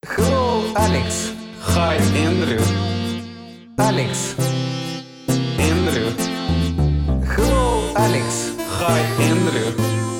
Hello, Alex. Hi, Andrew. Alex. Andrew. Hello, Alex. Hi, Andrew.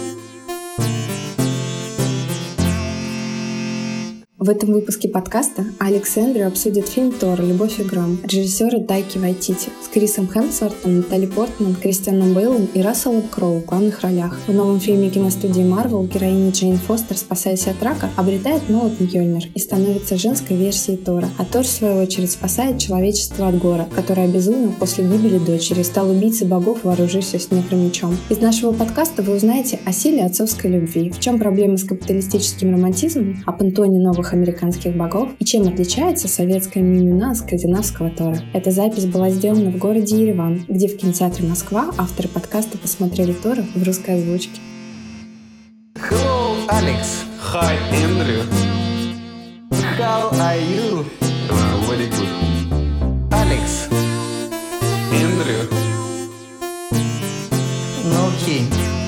В этом выпуске подкаста Алекс и Эндрю обсудят фильм «Тор. Любовь и гром» режиссера Тайки Вайтити с Крисом Хемсвортом, Натали Портман, Кристианом Бейлом и Расселом Кроу в главных ролях. В новом фильме киностудии Marvel героиня Джейн Фостер, спасаясь от рака, обретает молот Мьёльнир и становится женской версией Тора. А Тор, в свою очередь, спасает человечество от Гора, который обезумел после гибели дочери и стал убийцей богов, вооружившись некромечом. Из нашего подкаста вы узнаете о силе отцовской любви, в чем проблема с капиталистическим романтизмом, о пантеоне новых американских богов и чем отличается советская мимина от скандинавского Тора. Эта запись была сделана в городе Ереван, где в кинотеатре Москва авторы подкаста посмотрели Тора в русской озвучке. Hello, Alex. Hi, Andrew. How are you? Very good. Alex. Andrew. Ну окей.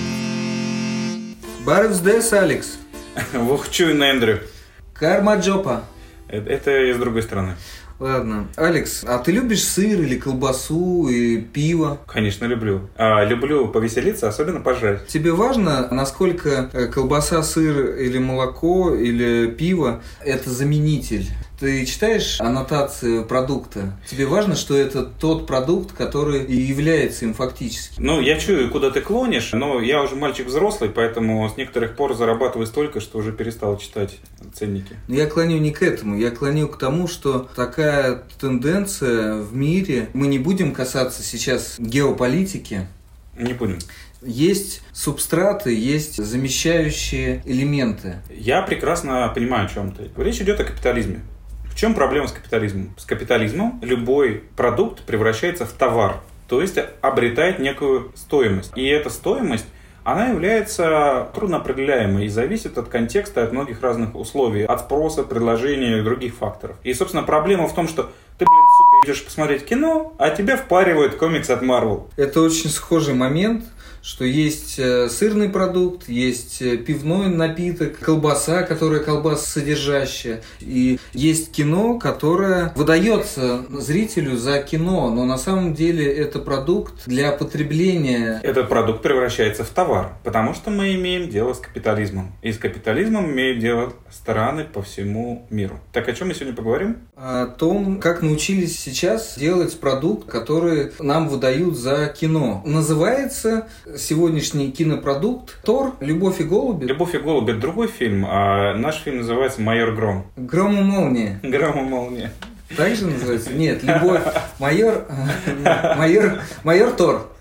Барвсдес, Алекс. Вухчуин, Эндрю. Карма Джопа. Это из другой страны. Ладно. Алекс, а ты любишь сыр или колбасу и пиво? Конечно, люблю. Люблю повеселиться, особенно пожрать. Тебе важно, насколько колбаса, сыр или молоко или пиво – это заменитель? Ты читаешь аннотацию продукта? Тебе важно, что это тот продукт, который и является им фактически? Ну, я чую, куда ты клонишь, но я уже мальчик взрослый, поэтому с некоторых пор зарабатываю столько, что уже перестал читать ценники. Но я клоню не к этому, я клоню к тому, что такая тенденция в мире. Мы не будем касаться сейчас геополитики. Не будем. Есть субстраты, есть замещающие элементы. Я прекрасно понимаю, о чем ты. Речь идет о капитализме. В чем проблема с капитализмом? С капитализмом любой продукт превращается в товар, то есть обретает некую стоимость. И эта стоимость, она является трудноопределяемой и зависит от контекста, от многих разных условий, от спроса, предложения и других факторов. И, собственно, проблема в том, что ты, сука, идешь посмотреть кино, а тебя впаривают комикс от Marvel. Это очень схожий момент, что есть сырный продукт, есть пивной напиток, колбаса, которая колбасосодержащая, и есть кино, которое выдается зрителю за кино, но на самом деле это продукт для потребления. Этот продукт превращается в товар, потому что мы имеем дело с капитализмом. И с капитализмом имеют дело страны по всему миру. Так о чем мы сегодня поговорим? О том, как научились сейчас делать продукт, который нам выдают за кино. Называется сегодняшний кинопродукт «Тор. Любовь и голуби». «Любовь и голуби» — это другой фильм, а наш фильм называется «Майор Гром». «Гром и молния». «Гром и молния». Так же называется? Нет, «Любовь». Майор Тор.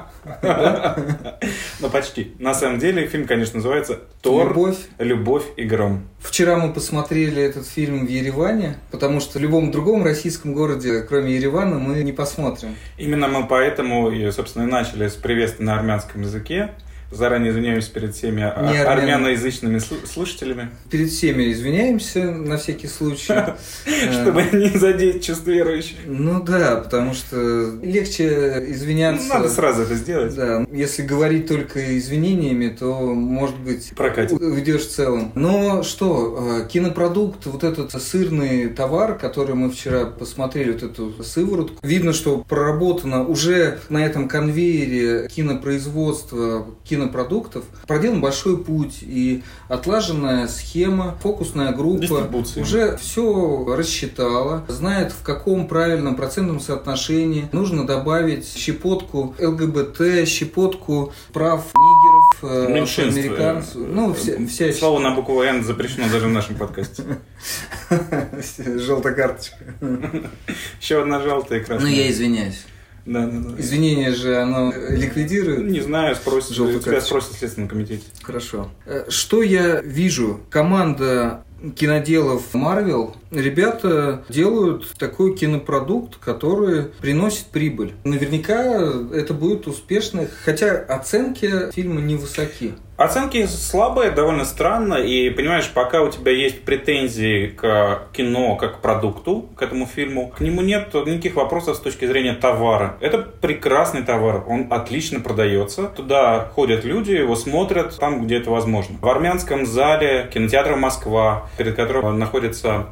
Ну, почти. На самом деле фильм, конечно, называется «Тор. Любовь и гром». Вчера мы посмотрели этот фильм в Ереване, потому что в любом другом российском городе, кроме Еревана, мы не посмотрим. Именно мы поэтому, собственно, и начали с приветствия на армянском языке. Заранее извиняюсь перед всеми армяноязычными слушателями. Перед всеми извиняемся на всякий случай. Чтобы не задеть чувства верующих. Ну да, потому что легче извиняться. Надо сразу это сделать. Да, если говорить только извинениями, то, может быть, прокатит. Уйдешь в целом. Но что, кинопродукт, вот этот сырный товар, который мы вчера посмотрели, вот эту сыворотку, видно, что проработано уже на этом конвейере кинопроизводства, кинопродуктов, проделан большой путь и отлаженная схема, фокусная группа уже все рассчитала, знает, в каком правильном процентном соотношении нужно добавить щепотку ЛГБТ, щепотку прав нигеров, американцев. Ну, вся... Слово на букву «Н» запрещено даже в нашем подкасте. Желтая карточка. Еще одна желтая и красная. Ну, я извиняюсь. Да. Извинение же оно ликвидирует? Не знаю, тебя спросят в Следственном комитете. Хорошо. Что я вижу? Команда киноделов Marvel, ребята делают такой кинопродукт, который приносит прибыль. Наверняка это будет успешно, хотя оценки фильма невысоки. Оценки слабые, довольно странно, и, понимаешь, пока у тебя есть претензии к кино как к продукту, к этому фильму, к нему нет никаких вопросов с точки зрения товара. Это прекрасный товар, он отлично продается. Туда ходят люди, его смотрят там, где это возможно. В армянском зале кинотеатра «Москва», перед которым находится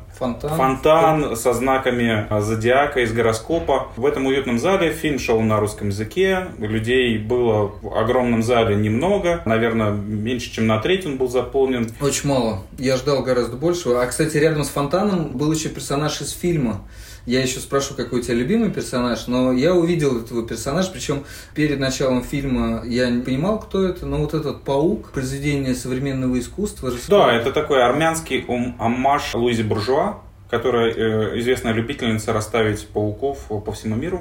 фонтан со знаками зодиака из гороскопа. В этом уютном зале фильм шел на русском языке. Людей было в огромном зале немного. Наверное, меньше, чем на треть он был заполнен. Очень мало. Я ждал гораздо большего. А, кстати, рядом с фонтаном был еще персонаж из фильма. Я еще спрошу, какой у тебя любимый персонаж, но я увидел этого персонажа, причем перед началом фильма я не понимал, кто это, но вот этот паук, произведение современного искусства. Да, это такой армянский оммаж Луизе Буржуа, которая известная любительница расставить пауков по всему миру.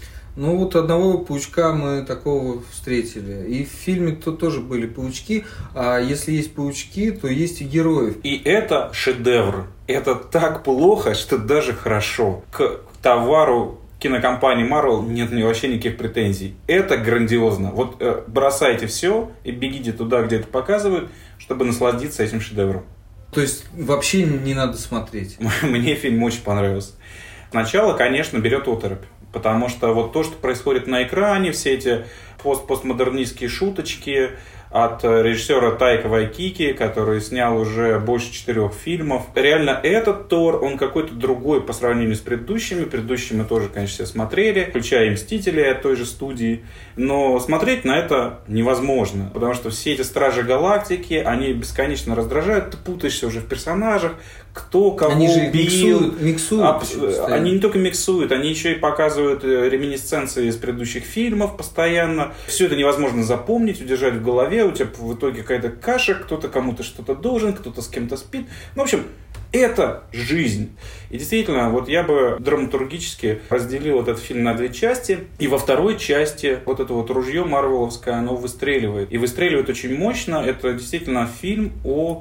Ну вот одного паучка мы такого встретили. И в фильме тут тоже были паучки, а если есть паучки, то есть и героев. И это шедевр. Это так плохо, что даже хорошо. К товару кинокомпании Marvel нет вообще никаких претензий. Это грандиозно. Вот бросайте все и бегите туда, где это показывают, чтобы насладиться этим шедевром. То есть вообще не надо смотреть? Мне фильм очень понравился. Сначала, конечно, берет оторопь. Потому что вот то, что происходит на экране, все эти постмодернистские шуточки от режиссера Тайка Вайтити, который снял уже больше 4 фильмов. Реально этот Тор, он какой-то другой по сравнению с предыдущими. Предыдущие мы тоже, конечно, все смотрели, включая и «Мстители» от той же студии. Но смотреть на это невозможно, потому что все эти Стражи Галактики, они бесконечно раздражают, ты путаешься уже в персонажах, кто кого они же убил. Миксуют они не только миксуют, они еще и показывают реминисценции из предыдущих фильмов постоянно. Все это невозможно запомнить, удержать в голове. У тебя в итоге какая-то каша, кто-то кому-то что-то должен, кто-то с кем-то спит. Ну, в общем, это жизнь. И действительно, вот я бы драматургически разделил этот фильм на 2 части. И во второй части вот это вот ружье марвеловское, оно выстреливает. И выстреливает очень мощно. Это действительно фильм о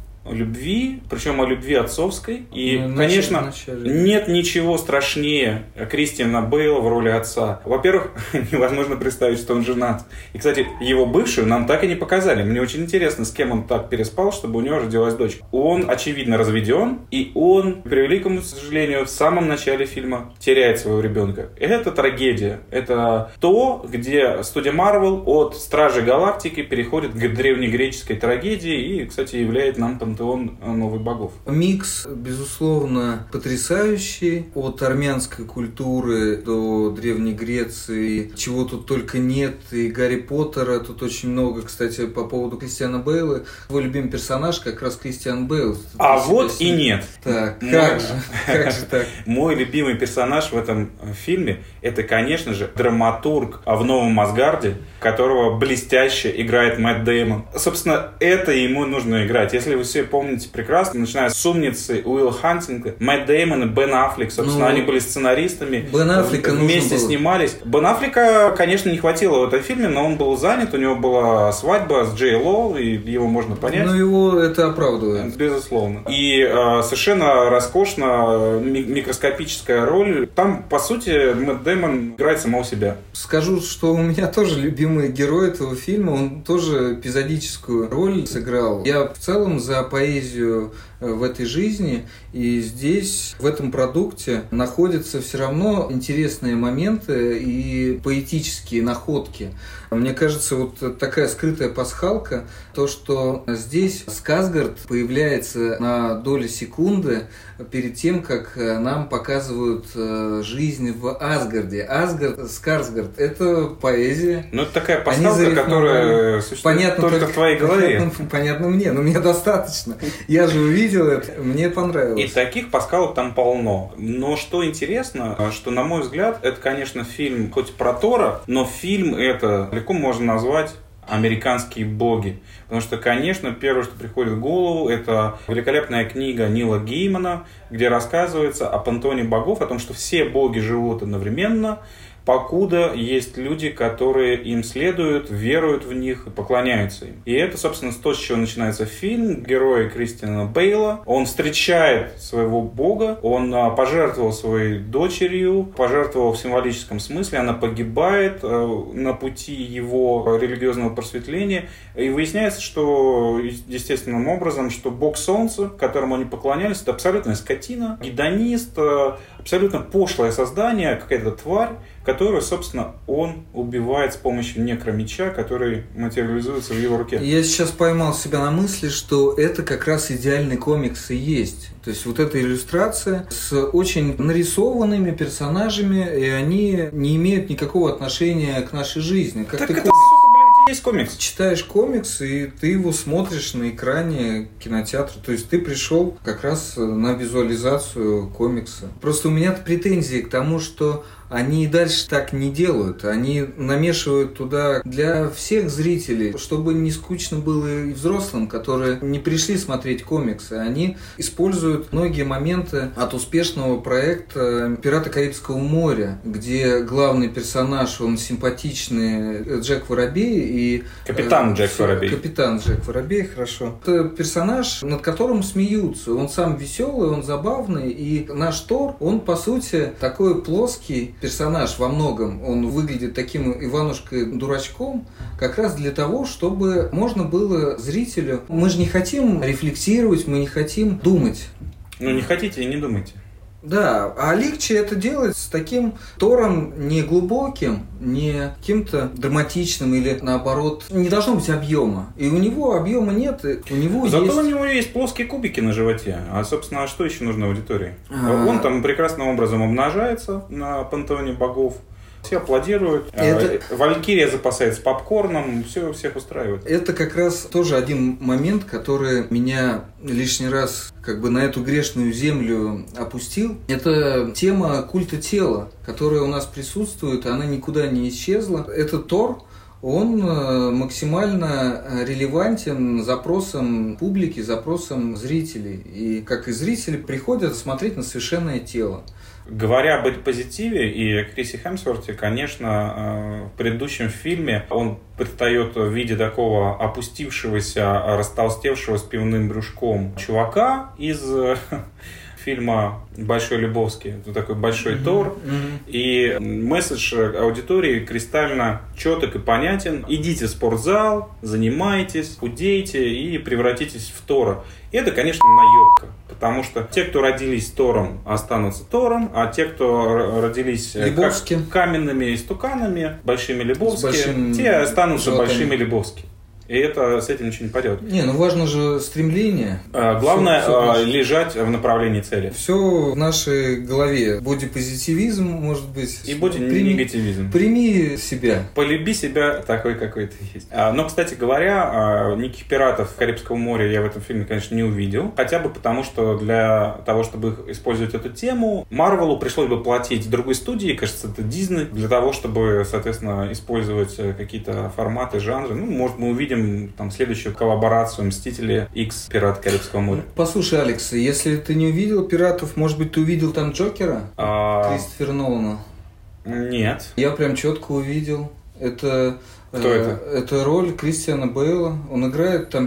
любви, причем о любви отцовской. И, конечно, нет ничего страшнее Кристиана Бейла в роли отца. Во-первых, невозможно представить, что он женат. И, кстати, его бывшую нам так и не показали. Мне очень интересно, с кем он так переспал, чтобы у него родилась дочь. Он, очевидно, разведен, и он, к превеликому сожалению, в самом начале фильма теряет своего ребенка. Это трагедия. Это то, где студия Marvel от Стражей Галактики переходит к древнегреческой трагедии и, кстати, являет нам пантеон новых богов. Микс, безусловно, потрясающий. От армянской культуры до Древней Греции. Чего тут только нет. И Гарри Поттера тут очень много. Кстати, по поводу Кристиана Бейла. Твой любимый персонаж как раз Кристиан Бейл. А вот и нет. Так, как же так? Мой любимый персонаж в этом фильме — это, конечно же, драматург в Новом Асгарде, которого блестяще играет Мэтт Дэймон. Собственно, это ему нужно играть. Если вы все помните прекрасно, начиная с «Умницы» Уилл Хантинга, Мэтт Дэймон и Бен Аффлек, собственно, они были сценаристами, вместе снимались. Бен Аффлека, конечно, не хватило в этом фильме, но он был занят, у него была свадьба с Джей Ло, и его можно понять. Ну, его это оправдывает. Безусловно. И совершенно роскошно, микроскопическая роль. Там, по сути, Мэтт Дэймон играет самого себя. Скажу, что у меня тоже любимый герой этого фильма, он тоже эпизодическую роль сыграл. Я в целом за поэзию в этой жизни, и здесь, в этом продукте, находятся все равно интересные моменты и поэтические находки. Мне кажется, вот такая скрытая пасхалка, то, что здесь Сказгард появляется на долю секунды перед тем, как нам показывают жизнь в Асгарде. Асгард, Скарсгард – это поэзия. Ну, это такая пасхалка, которая существует только в твоей голове. Понятно мне, но мне достаточно. Я же увидел это, мне понравилось. И таких пасхалок там полно. Но что интересно, что, на мой взгляд, это, конечно, фильм хоть про Тора, но фильм это легко можно назвать «Американские боги». Потому что, конечно, первое, что приходит в голову, это великолепная книга Нила Геймана, где рассказывается о пантеоне богов, о том, что все боги живут одновременно, покуда есть люди, которые им следуют, веруют в них и поклоняются им. И это, собственно, то, с чего начинается фильм. Герой Кристиана Бейла, он встречает своего бога, он пожертвовал своей дочерью, пожертвовал в символическом смысле, она погибает на пути его религиозного просветления, и выясняется, что естественным образом, что бог солнца, которому они поклонялись, это абсолютная скотина, гедонист, абсолютно пошлое создание, какая-то тварь, которую, собственно, он убивает с помощью некромеча, который материализуется в его руке. Я сейчас поймал себя на мысли, что это как раз идеальный комикс и есть. То есть вот эта иллюстрация с очень нарисованными персонажами, и они не имеют никакого отношения к нашей жизни. Как так ты это, сука, блядь, и есть комикс. Читаешь комикс, и ты его смотришь на экране кинотеатра. То есть ты пришел как раз на визуализацию комикса. Просто у меня претензии к тому, что они и дальше так не делают. Они намешивают туда для всех зрителей, чтобы не скучно было и взрослым, которые не пришли смотреть комиксы. Они используют многие моменты от успешного проекта «Пираты Карибского моря», где главный персонаж, он симпатичный Джек Воробей и... Капитан Джек Воробей. Капитан Джек Воробей, хорошо. Это персонаж, над которым смеются. Он сам веселый, он забавный. И наш Тор, он, по сути, такой плоский персонаж во многом. Он выглядит таким Иванушкой-дурачком как раз для того, чтобы можно было зрителю... Мы же не хотим рефлексировать, мы не хотим думать. Ну, не хотите и не думайте. Да, а легче это делать с таким Тором не глубоким, не каким-то драматичным или наоборот. Не должно быть объема. И у него объема нет, у него Зато есть... у него есть плоские кубики на животе. А, собственно, что еще нужно аудитории? Он там прекрасным образом обнажается на пантеоне богов. Все аплодируют. Валькирия запасается попкорном, все всех устраивает. Это как раз тоже один момент, который меня лишний раз как бы на эту грешную землю опустил. Это тема культа тела, которая у нас присутствует, она никуда не исчезла. Это Тор. Он максимально релевантен запросам публики, запросам зрителей. И как и зрители приходят смотреть на совершенное тело. Говоря об позитиве и о Крисе Хемсворте, конечно, в предыдущем фильме он предстает в виде такого опустившегося, растолстевшего с пивным брюшком чувака из фильма «Большой Любовский», такой большой Тор. И месседж аудитории кристально четок и понятен. Идите в спортзал, занимайтесь, худейте и превратитесь в Тора. И это, конечно, наебка. Потому что те, кто родились Тором, останутся Тором, а те, кто родились каменными истуканами, большими Лебовски, те останутся животами. Большими Лебовски. И это с этим ничего не пойдет. Не, ну важно же стремление. Главное все лежать в направлении цели. Все в нашей голове. Бодипозитивизм, может быть. И бодинегативизм. Прими себя. Полюби себя такой, какой ты есть. Но, кстати говоря, никаких пиратов Карибского моря я в этом фильме, конечно, не увидел. Хотя бы потому, что для того, чтобы использовать эту тему, Марвелу пришлось бы платить другой студии, кажется, это Disney, для того, чтобы, соответственно, использовать какие-то форматы, жанры. Ну, может, мы увидим там следующую коллаборацию «Мстители X. Пираты Карибского моря». Послушай, Алекс, если ты не увидел «Пиратов», может быть, ты увидел там Джокера? Кристофера Нолана? Нет. Я прям четко увидел. Это... Кто это? Это роль Кристиана Бейла. Он играет там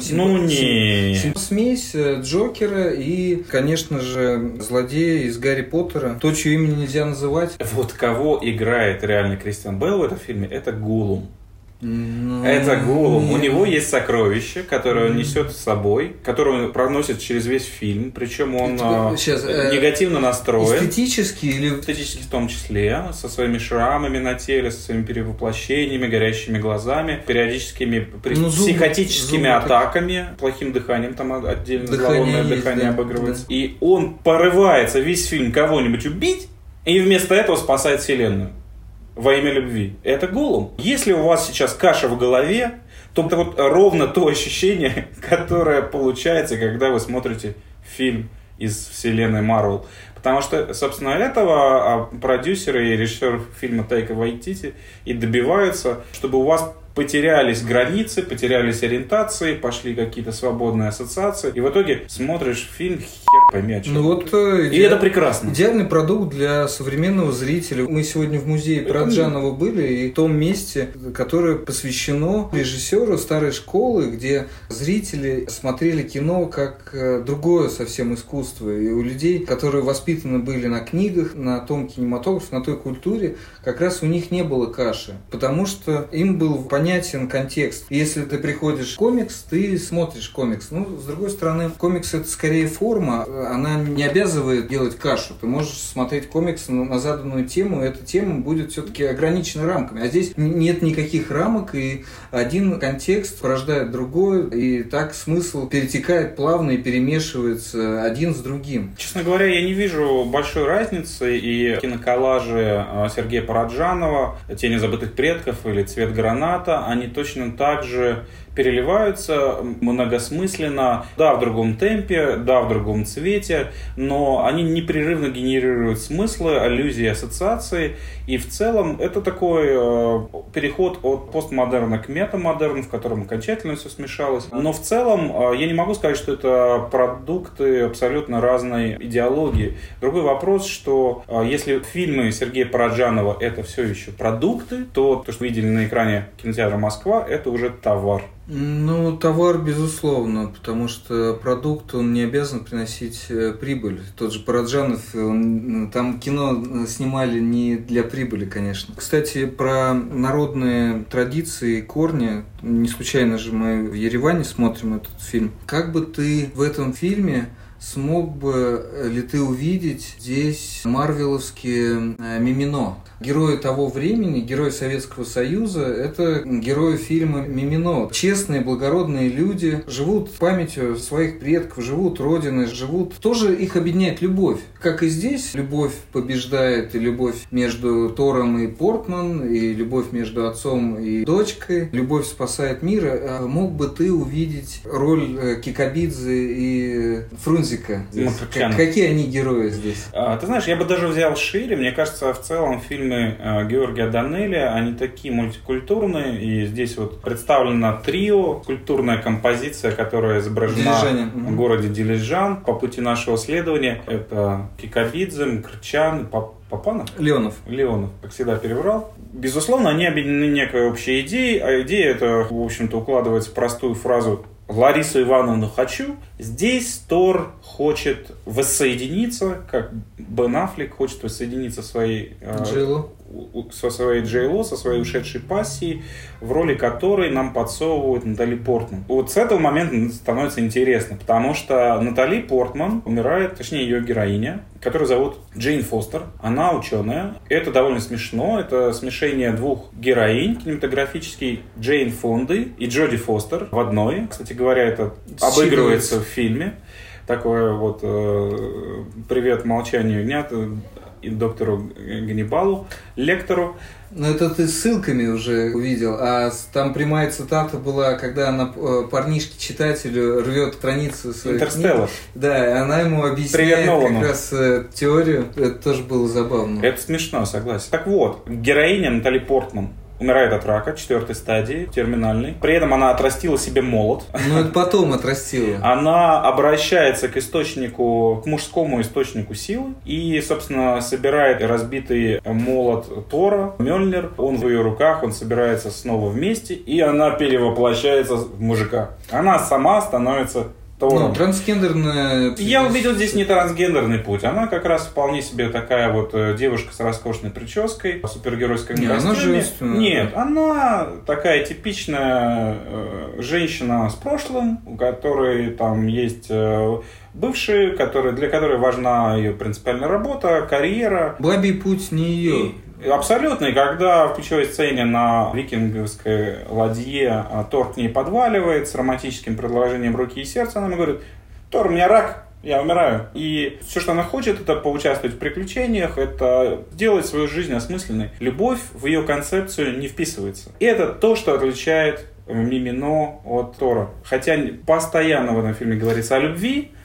смесь Джокера и, конечно же, злодея из Гарри Поттера. То, чье имя нельзя называть. Вот кого играет реально Кристиан Бейл в этом фильме, это Голлум. Это Голлум. У него есть сокровище, которое он несет с собой, которое он проносит через весь фильм. Причем он негативно настроен. Эстетически или... Эстетически в том числе. Со своими шрамами на теле, со своими перевоплощениями, горящими глазами, периодическими психотическими атаками, плохим дыханием, там отдельно зловонное дыхание обыгрывается. Да. И он порывается весь фильм кого-нибудь убить, и вместо этого спасает вселенную. Во имя любви. Это Голлум. Если у вас сейчас каша в голове, то это вот ровно то ощущение, которое получается, когда вы смотрите фильм из вселенной Марвел. Потому что, собственно, этого продюсеры и режиссер фильма Тайка Вайтити и добиваются, чтобы у вас потерялись границы, потерялись ориентации, пошли какие-то свободные ассоциации, и в итоге смотришь фильм, хер пойми о чем. И это прекрасно. Идеальный продукт для современного зрителя. Мы сегодня в музее Параджанова были, и в том месте, которое посвящено режиссеру старой школы, где зрители смотрели кино как другое совсем искусство. И у людей, которые воспитаны были на книгах, на том кинематографе, на той культуре, как раз у них не было каши. Потому что им был понятен контекст. Если ты приходишь в комикс, ты смотришь комикс. С другой стороны, комикс — это скорее форма. Она не обязывает делать кашу. Ты можешь смотреть комикс на заданную тему, и эта тема будет все-таки ограничена рамками. А здесь нет никаких рамок, и один контекст порождает другой, и так смысл перетекает плавно и перемешивается один с другим. Честно говоря, я не вижу большой разницы, и киноколлажи Сергея Параджанова, «Тени забытых предков» или «Цвет граната», они точно так же переливаются многосмысленно, да, в другом темпе, да, в другом цвете, но они непрерывно генерируют смыслы, аллюзии, ассоциации, и в целом это такой переход от постмодерна к метамодерну, в котором окончательно все смешалось. Но в целом я не могу сказать, что это продукты абсолютно разной идеологии. Другой вопрос, что если фильмы Сергея Параджанова это все еще продукты, то что вы видели на экране кинотеатра «Москва» это уже товар. Товар, безусловно, потому что продукт, он не обязан приносить прибыль. Тот же Параджанов, там кино снимали не для прибыли, конечно. Кстати, про народные традиции и корни, не случайно же мы в Ереване смотрим этот фильм. Как бы ты в этом фильме смог бы ли ты увидеть здесь марвеловские Мимино? Герои того времени, герои Советского Союза, это герои фильма «Мимино». Честные, благородные люди, живут памятью своих предков, живут родиной, живут... Тоже их объединяет любовь. Как и здесь, любовь побеждает, и любовь между Тором и Портман, и любовь между отцом и дочкой. Любовь спасает мир. Мог бы ты увидеть роль Кикабидзе и Фрунзика? Какие они герои здесь? Ты знаешь, я бы даже взял шире. Мне кажется, в целом фильмы Георгия Данелия, они такие мультикультурные, и здесь вот представлено трио, культурная композиция, которая изображена в городе Дилижан по пути нашего следования. Это Кикабидзе, Мкртчян, Папанов? Леонов, как всегда, переврал. Безусловно, они объединены некой общей идеей, а идея это, в общем-то, укладывается в простую фразу «Ларису Ивановну хочу». Здесь Тор хочет воссоединиться, как Бен Аффлек хочет воссоединиться со своей Джей Ло, со своей ушедшей пассией, в роли которой нам подсовывают Натали Портман. Вот с этого момента становится интересно, потому что Натали Портман умирает, точнее ее героиня, которую зовут Джейн Фостер. Она ученая. Это довольно смешно. Это смешение двух героинь кинематографических, Джейн Фонды и Джоди Фостер в одной. Кстати говоря, это обыгрывается в фильме. Такое вот привет молчанию ягнят и доктору Ганнибалу, лектору. Это ты ссылками уже увидел, а там прямая цитата была, когда она парнишке-читателю рвет страницу своей «Интерстеллар». Да, она ему объясняет как раз теорию. Это тоже было забавно. Это смешно, согласен. Так вот, героиня Натали Портман умирает от рака 4-й стадии, терминальной. При этом она отрастила себе молот. Это потом отрастила. Она обращается к источнику, к мужскому источнику силы и, собственно, собирает разбитый молот Тора, Мёльнир. Он в ее руках, он собирается снова вместе, и она перевоплощается в мужика. Она сама становится Тором. Трансгендерная... Я увидел здесь не трансгендерный путь. Она как раз вполне себе такая вот девушка с роскошной прической, в супергеройском костюме. Она женственная. Нет, она такая типичная женщина с прошлым, у которой там есть бывшие, для которой важна ее принципиальная работа, карьера. Бабий путь не ее. Абсолютно. И когда в ключевой сцене на викинговской ладье Тор к ней подваливает с романтическим предложением руки и сердца, она ему говорит: «Тор, у меня рак, я умираю». И все, что она хочет, это поучаствовать в приключениях, это сделать свою жизнь осмысленной. Любовь в ее концепцию не вписывается. И это то, что отличает Мимино от Тора. Хотя постоянно в этом фильме говорится о любви,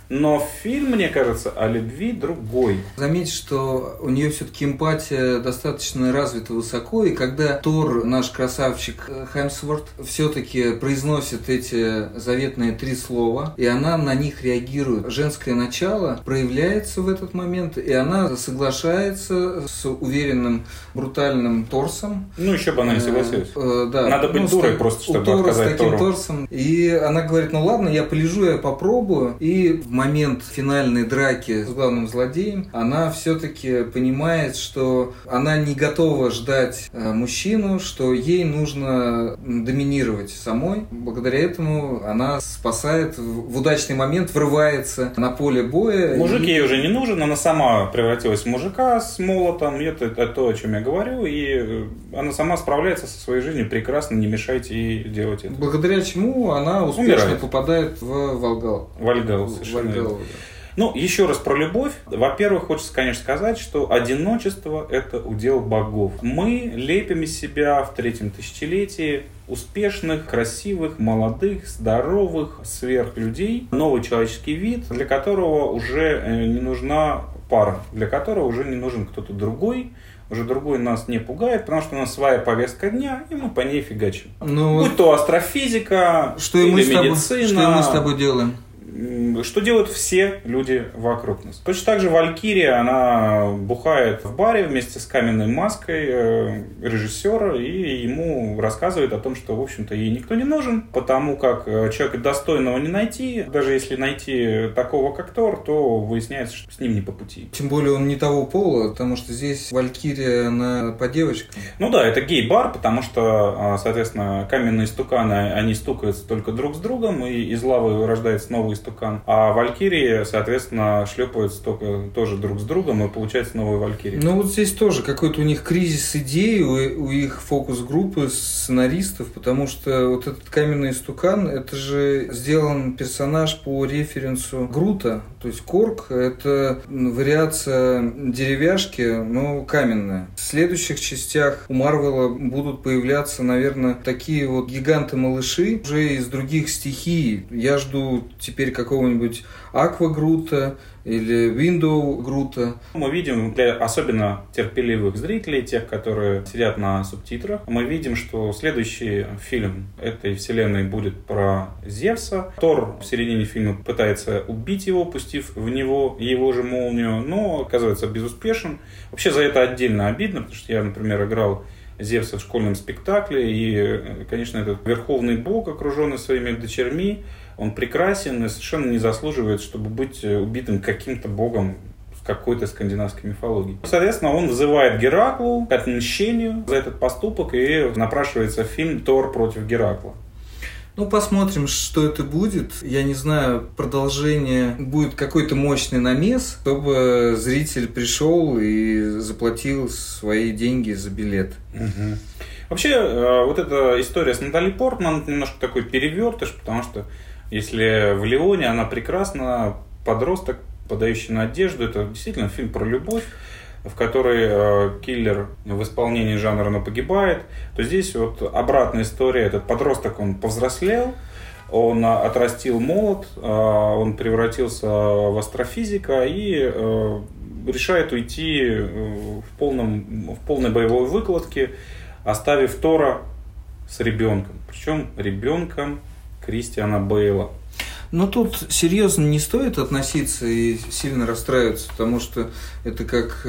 Но фильм, мне кажется, о любви другой. Заметь, что у нее все-таки эмпатия достаточно развита высоко, и когда Тор, наш красавчик Хемсворт, все-таки произносит эти заветные 3 слова, и она на них реагирует. Женское начало проявляется в этот момент, и она соглашается с уверенным, брутальным торсом. Ну, еще бы она не согласилась. Да. Надо быть дурой просто, чтобы отказать Тору. Торсом. И она говорит, ну ладно, я полежу, я попробую. И в момент финальной драки с главным злодеем она все-таки понимает, что она не готова ждать мужчину, что ей нужно доминировать самой. Благодаря этому она спасает, в удачный момент врывается на поле боя. Мужик ей уже не нужен, она сама превратилась в мужика с молотом. Это то, о чем я говорю. И она сама справляется со своей жизнью прекрасно, не мешайте ей делать это. Благодаря чему она успешно попадает в Волгалу. Совершенно. Ну, еще раз про любовь. Во-первых, хочется, конечно, сказать, что одиночество – это удел богов. Мы лепим из себя в 3-м тысячелетии успешных, красивых, молодых, здоровых, сверхлюдей. Новый человеческий вид, для которого уже не нужна пара, для которого уже не нужен кто-то другой. Уже другой нас не пугает, потому что у нас своя повестка дня, и мы по ней фигачим. Будь то астрофизика, или медицина. Что мы с тобой делаем? Что делают все люди вокруг нас. Точно так же Валькирия, она бухает в баре вместе с каменной маской режиссера и ему рассказывает о том, что, в общем-то, ей никто не нужен, потому как человека достойного не найти. Даже если найти такого, как Тор, то выясняется, что с ним не по пути. Тем более он не того пола, потому что здесь Валькирия, она по девочкам. Ну да, это гей-бар, потому что, соответственно, каменные истуканы, они стукаются только друг с другом, и из лавы рождается новый истукан. А Валькирии, соответственно, шлепаются только тоже друг с другом, и получается новые Валькирии. Ну вот здесь тоже какой-то у них кризис идей, у их фокус-группы сценаристов, потому что вот этот каменный истукан, это же сделан персонаж по референсу Грута, то есть Корг, это вариация деревяшки, но каменная. В следующих частях у Марвела будут появляться, наверное, такие вот гиганты-малыши уже из других стихий. Я жду теперь какого-нибудь Аква Грута или Window Грута. Мы видим, для особенно терпеливых зрителей, тех, которые сидят на субтитрах, мы видим, что следующий фильм этой вселенной будет про Зевса. Тор в середине фильма пытается убить его, пустив в него его же молнию, но оказывается безуспешен. Вообще за это отдельно обидно, потому что я, например, играл Зевса в школьном спектакле, и, конечно, этот верховный бог, окруженный своими дочерьми, он прекрасен и совершенно не заслуживает, чтобы быть убитым каким-то богом в какой-то скандинавской мифологии. Соответственно, он вызывает Гераклу к отмщению за этот поступок, и напрашивается фильм «Тор против Геракла». Ну, посмотрим, что это будет. Я не знаю, продолжение будет какой-то мощный намес, чтобы зритель пришел и заплатил свои деньги за билет. Угу. Вообще, вот эта история с Натали Портман немножко такой перевертыш, потому что если в Леоне она прекрасна, подросток, подающий надежду, это действительно фильм про любовь, в которой киллер в исполнении Жанрена погибает, то здесь вот обратная история. Этот подросток, он повзрослел, он отрастил молот, он превратился в астрофизика и решает уйти в полной боевой выкладке, оставив Тора с ребенком. Причем ребенком Кристиана Бейла. Но тут серьезно не стоит относиться и сильно расстраиваться, потому что это как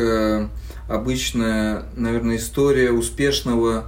обычная, наверное, история успешного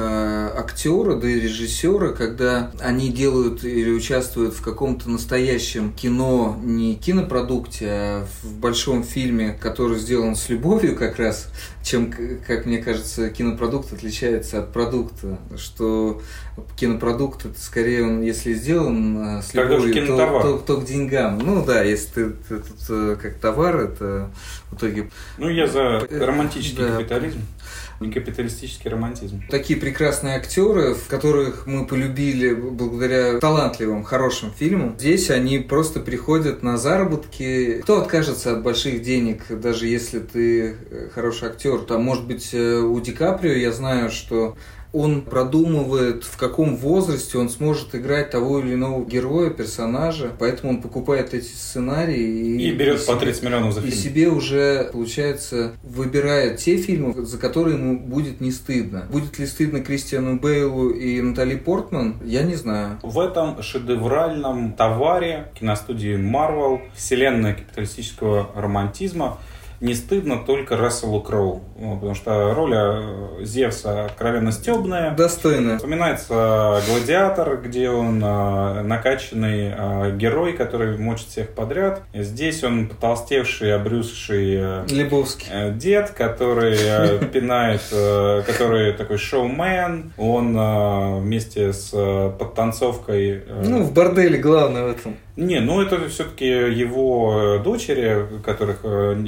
актера, да и режиссера, когда они делают или участвуют в каком-то настоящем кино, не кинопродукте, а в большом фильме, который сделан с любовью как раз, чем, как мне кажется, кинопродукт отличается от продукта, что кинопродукт, это скорее он, если сделан с любовью, то к деньгам. Ну да, если ты как товар, это в итоге... Ну я за романтический капитализм. Не капиталистический романтизм. Такие прекрасные актеры, в которых мы полюбили благодаря талантливым, хорошим фильмам. Здесь они просто приходят на заработки. Кто откажется от больших денег, даже если ты хороший актер? Там, может быть, у Ди Каприо, я знаю, что он продумывает, в каком возрасте он сможет играть того или иного героя, персонажа, поэтому он покупает эти сценарии и берет по 30 миллионов за фильм. И себе уже, получается, выбирает те фильмы, за которые ему будет не стыдно. Будет ли стыдно Кристиану Бейлу и Натали Портман, я не знаю. В этом шедевральном товаре киностудии Marvel, вселенная капиталистического романтизма, не стыдно только Расселу Кроу, потому что роль Зевса откровенно стебная. Достойная. Вспоминается «Гладиатор», где он накачанный герой, который мочит всех подряд. Здесь он потолстевший, обрюзгший Лебовский дед, который пинает, который такой шоумен. Он вместе с подтанцовкой... в борделе главное в этом. Не, это все-таки его дочери, которых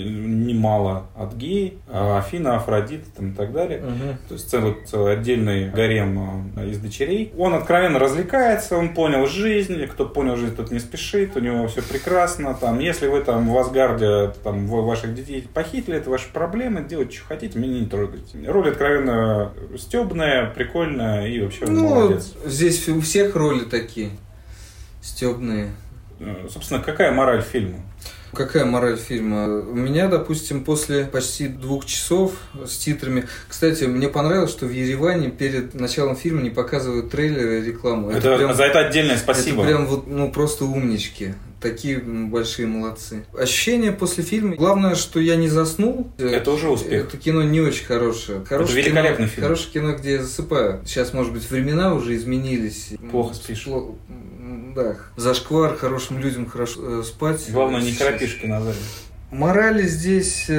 немало от гей, Афина, Афродита и так далее. То есть целый отдельный гарем из дочерей. Он откровенно развлекается, он понял жизнь, кто понял жизнь, тот не спешит, у него все прекрасно. Если вы в Асгарде ваших детей похитили, это ваши проблемы, делайте, что хотите, меня не трогайте. Роль откровенно стебная, прикольная и вообще он молодец. Здесь у всех роли такие стебные. Собственно, какая мораль фильма? Какая мораль фильма? У меня, допустим, после почти 2 часов с титрами... Кстати, мне понравилось, что в Ереване перед началом фильма не показывают трейлеры и рекламу. За это отдельное спасибо. Это прям просто умнички. Такие большие молодцы. Ощущение после фильма. Главное, что я не заснул. Это уже успех. Это кино не очень хорошее. Это великолепный фильм. Хорошее кино, где я засыпаю. Сейчас, может быть, времена уже изменились. Плохо спишь. Да. Зашквар, хорошим людям хорошо спать. Главное, не храпишь кинозале. Морали здесь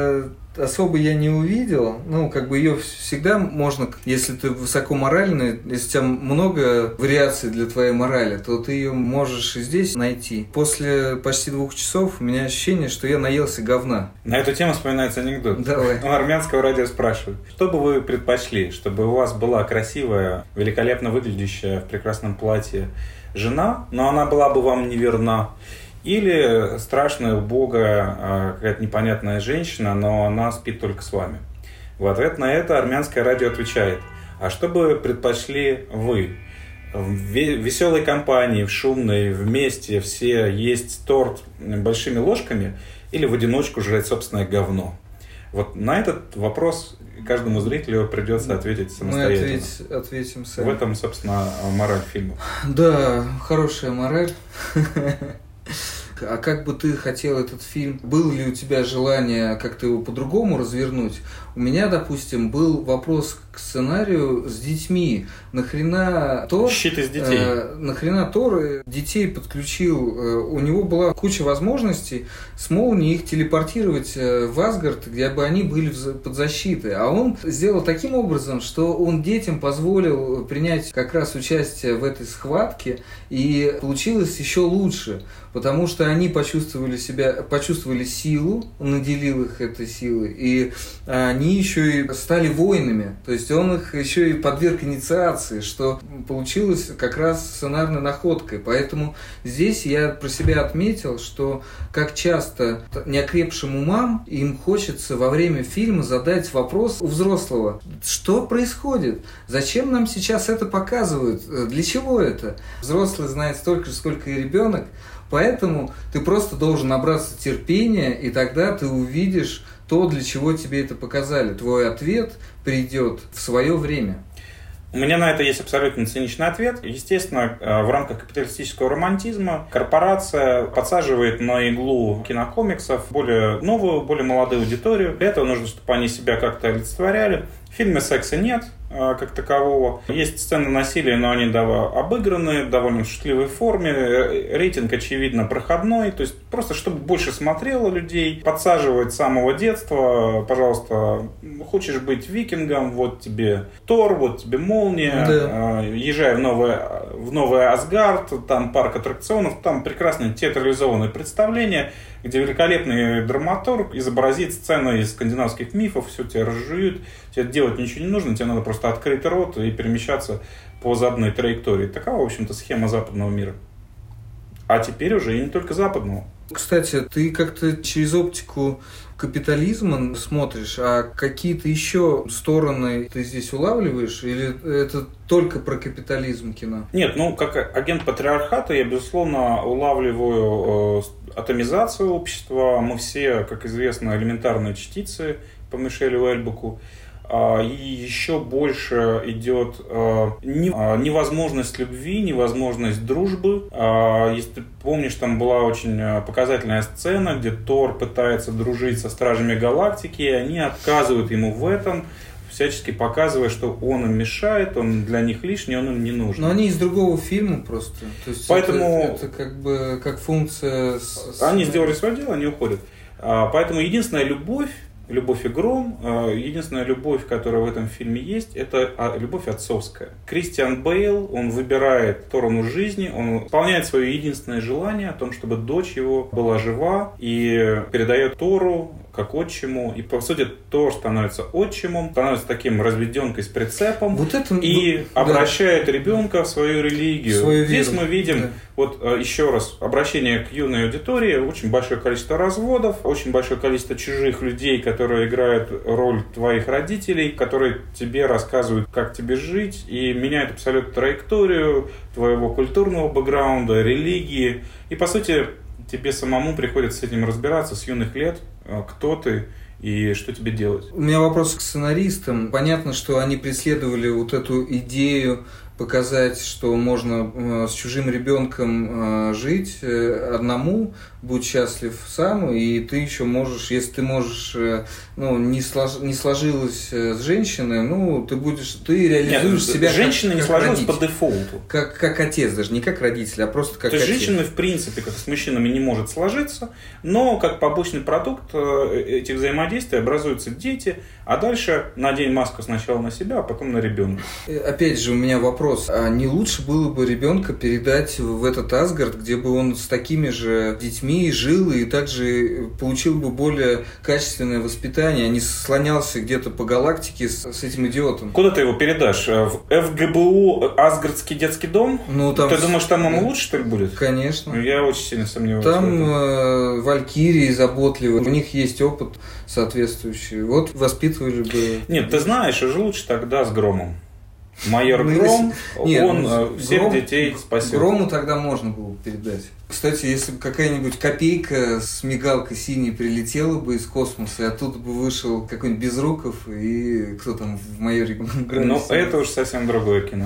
особо я не увидел. Ее всегда можно, если ты высокоморальный, если у тебя много вариаций для твоей морали, то ты ее можешь и здесь найти. После почти 2 часов у меня ощущение, что я наелся говна. На эту тему вспоминается анекдот. Давай. У армянского радио спрашивают, что бы вы предпочли, чтобы у вас была красивая, великолепно выглядящая в прекрасном платье жена, но она была бы вам неверна, или страшная, убогая, какая-то непонятная женщина, но она спит только с вами. В ответ на это армянское радио отвечает, а что бы предпочли вы? В веселой компании, в шумной, вместе все есть торт большими ложками или в одиночку жрать собственное говно? На этот вопрос каждому зрителю придется ответить самостоятельно. Мы ответим сами. В этом, собственно, мораль фильма. Да, хорошая мораль. А как бы ты хотел этот фильм? Было ли у тебя желание как-то его по-другому развернуть? У меня, допустим, был вопрос к сценарию с детьми. Нахрена Тор... Щит из детей. Нахрена Тор детей подключил? У него была куча возможностей с молнией их телепортировать в Асгард, где бы они были под защитой. А он сделал таким образом, что он детям позволил принять как раз участие в этой схватке, и получилось еще лучше. Потому что они почувствовали силу, он наделил их этой силой, и они еще и стали воинами. То есть он их еще и подверг инициации, что получилось как раз сценарной находкой. Поэтому здесь я про себя отметил, что как часто неокрепшим умам им хочется во время фильма задать вопрос у взрослого. Что происходит? Зачем нам сейчас это показывают? Для чего это? Взрослый знает столько же, сколько и ребенок. Поэтому ты просто должен набраться терпения, и тогда ты увидишь то, для чего тебе это показали. Твой ответ придет в свое время. У меня на это есть абсолютно циничный ответ. Естественно, в рамках капиталистического романтизма корпорация подсаживает на иглу кинокомиксов более новую, более молодую аудиторию. Для этого нужно, чтобы они себя как-то олицетворяли. В фильме секса нет как такового. Есть сцены насилия, но они обыграны в довольно шутливой форме. Рейтинг, очевидно, проходной. То есть просто, чтобы больше смотрело людей. Подсаживать с самого детства. Пожалуйста, хочешь быть викингом, вот тебе Тор, вот тебе молния. Да. Езжай в новый Асгард, там парк аттракционов, там прекрасное театрализованное представление, где великолепный драматург изобразит сцены из скандинавских мифов, все тебя разжуют, тебе делать ничего не нужно, тебе надо просто открыть рот и перемещаться по заданной траектории. Такова, в общем-то, схема западного мира. А теперь уже и не только западного. Кстати, ты как-то через оптику капитализма смотришь, а какие-то еще стороны ты здесь улавливаешь? Или это только про капитализм кино? Нет, как агент патриархата я, безусловно, улавливаю атомизацию общества. Мы все, как известно, элементарные частицы по Мишелю Уэльбеку. И еще больше идет невозможность любви, невозможность дружбы. Если ты помнишь, там была очень показательная сцена, где Тор пытается дружить со Стражами Галактики, и они отказывают ему в этом, всячески показывая, что он им мешает, он для них лишний, он им не нужен. Но они из другого фильма просто. То есть поэтому это как бы как функция... Они сделали свое дело, они уходят. Поэтому единственная любовь и Гром, единственная любовь, которая в этом фильме есть, это любовь отцовская. Кристиан Бейл, он выбирает сторону жизни, он исполняет свое единственное желание о том, чтобы дочь его была жива, и передает Тору как отчиму, и по сути Тор становится отчимом, становится таким разведенкой с прицепом, и обращает ребенка в свою религию. Здесь мы видим, еще раз, обращение к юной аудитории, очень большое количество разводов, очень большое количество чужих людей, которые играют роль твоих родителей, которые тебе рассказывают, как тебе жить, и меняют абсолютно траекторию твоего культурного бэкграунда, религии, и по сути тебе самому приходится с этим разбираться с юных лет, кто ты и что тебе делать. У меня вопрос к сценаристам. Понятно, что они преследовали вот эту идею показать, что можно с чужим ребенком жить одному, будь счастлив сам, и ты еще можешь, если ты можешь, не сложилось с женщиной, ты реализуешь себя женщина как не сложилась родитель. по дефолту. Как отец, даже не как родитель, а просто как отец. То есть женщина, в принципе, как с мужчинами не может сложиться, но как побочный продукт этих взаимодействий образуются дети, а дальше надень маску сначала на себя, а потом на ребенка. Опять же, у меня вопрос. А не лучше было бы ребенка передать в этот Асгард, где бы он с такими же детьми жил и также получил бы более качественное воспитание, а не слонялся где-то по галактике с этим идиотом? Куда ты его передашь? В ФГБУ Асгардский детский дом? Ты думаешь, там ему лучше, что ли, будет? Конечно. Я очень сильно сомневаюсь. Там валькирии заботливые, у них есть опыт соответствующий. Вот воспитывали бы... Нет, ты знаешь, уже лучше тогда с Громом. Майор Гром, он всех детей спасет. Грому тогда можно было передать. Кстати, если бы какая-нибудь копейка с мигалкой синей прилетела бы из космоса, и оттуда бы вышел какой-нибудь Безруков, и кто там в Майоре Громе. Это уж совсем другое кино.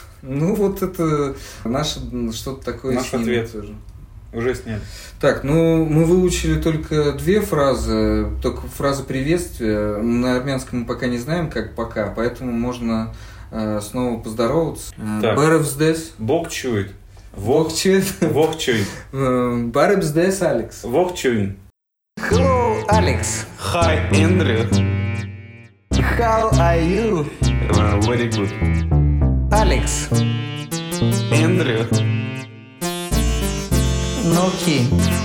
Это наше что-то такое. Наш ответ тоже. Уже сняли. Так, мы выучили только две фразы, только фраза приветствия. На армянском мы пока не знаем, как пока, поэтому можно снова поздороваться. Баребсдес. Бог чует. Бог чует. Бог чует. Баребсдес, Алекс. Бог чует. Hello, Alex. Hi, Andrew. How are you? Very good. Alex. Andrew. Okay.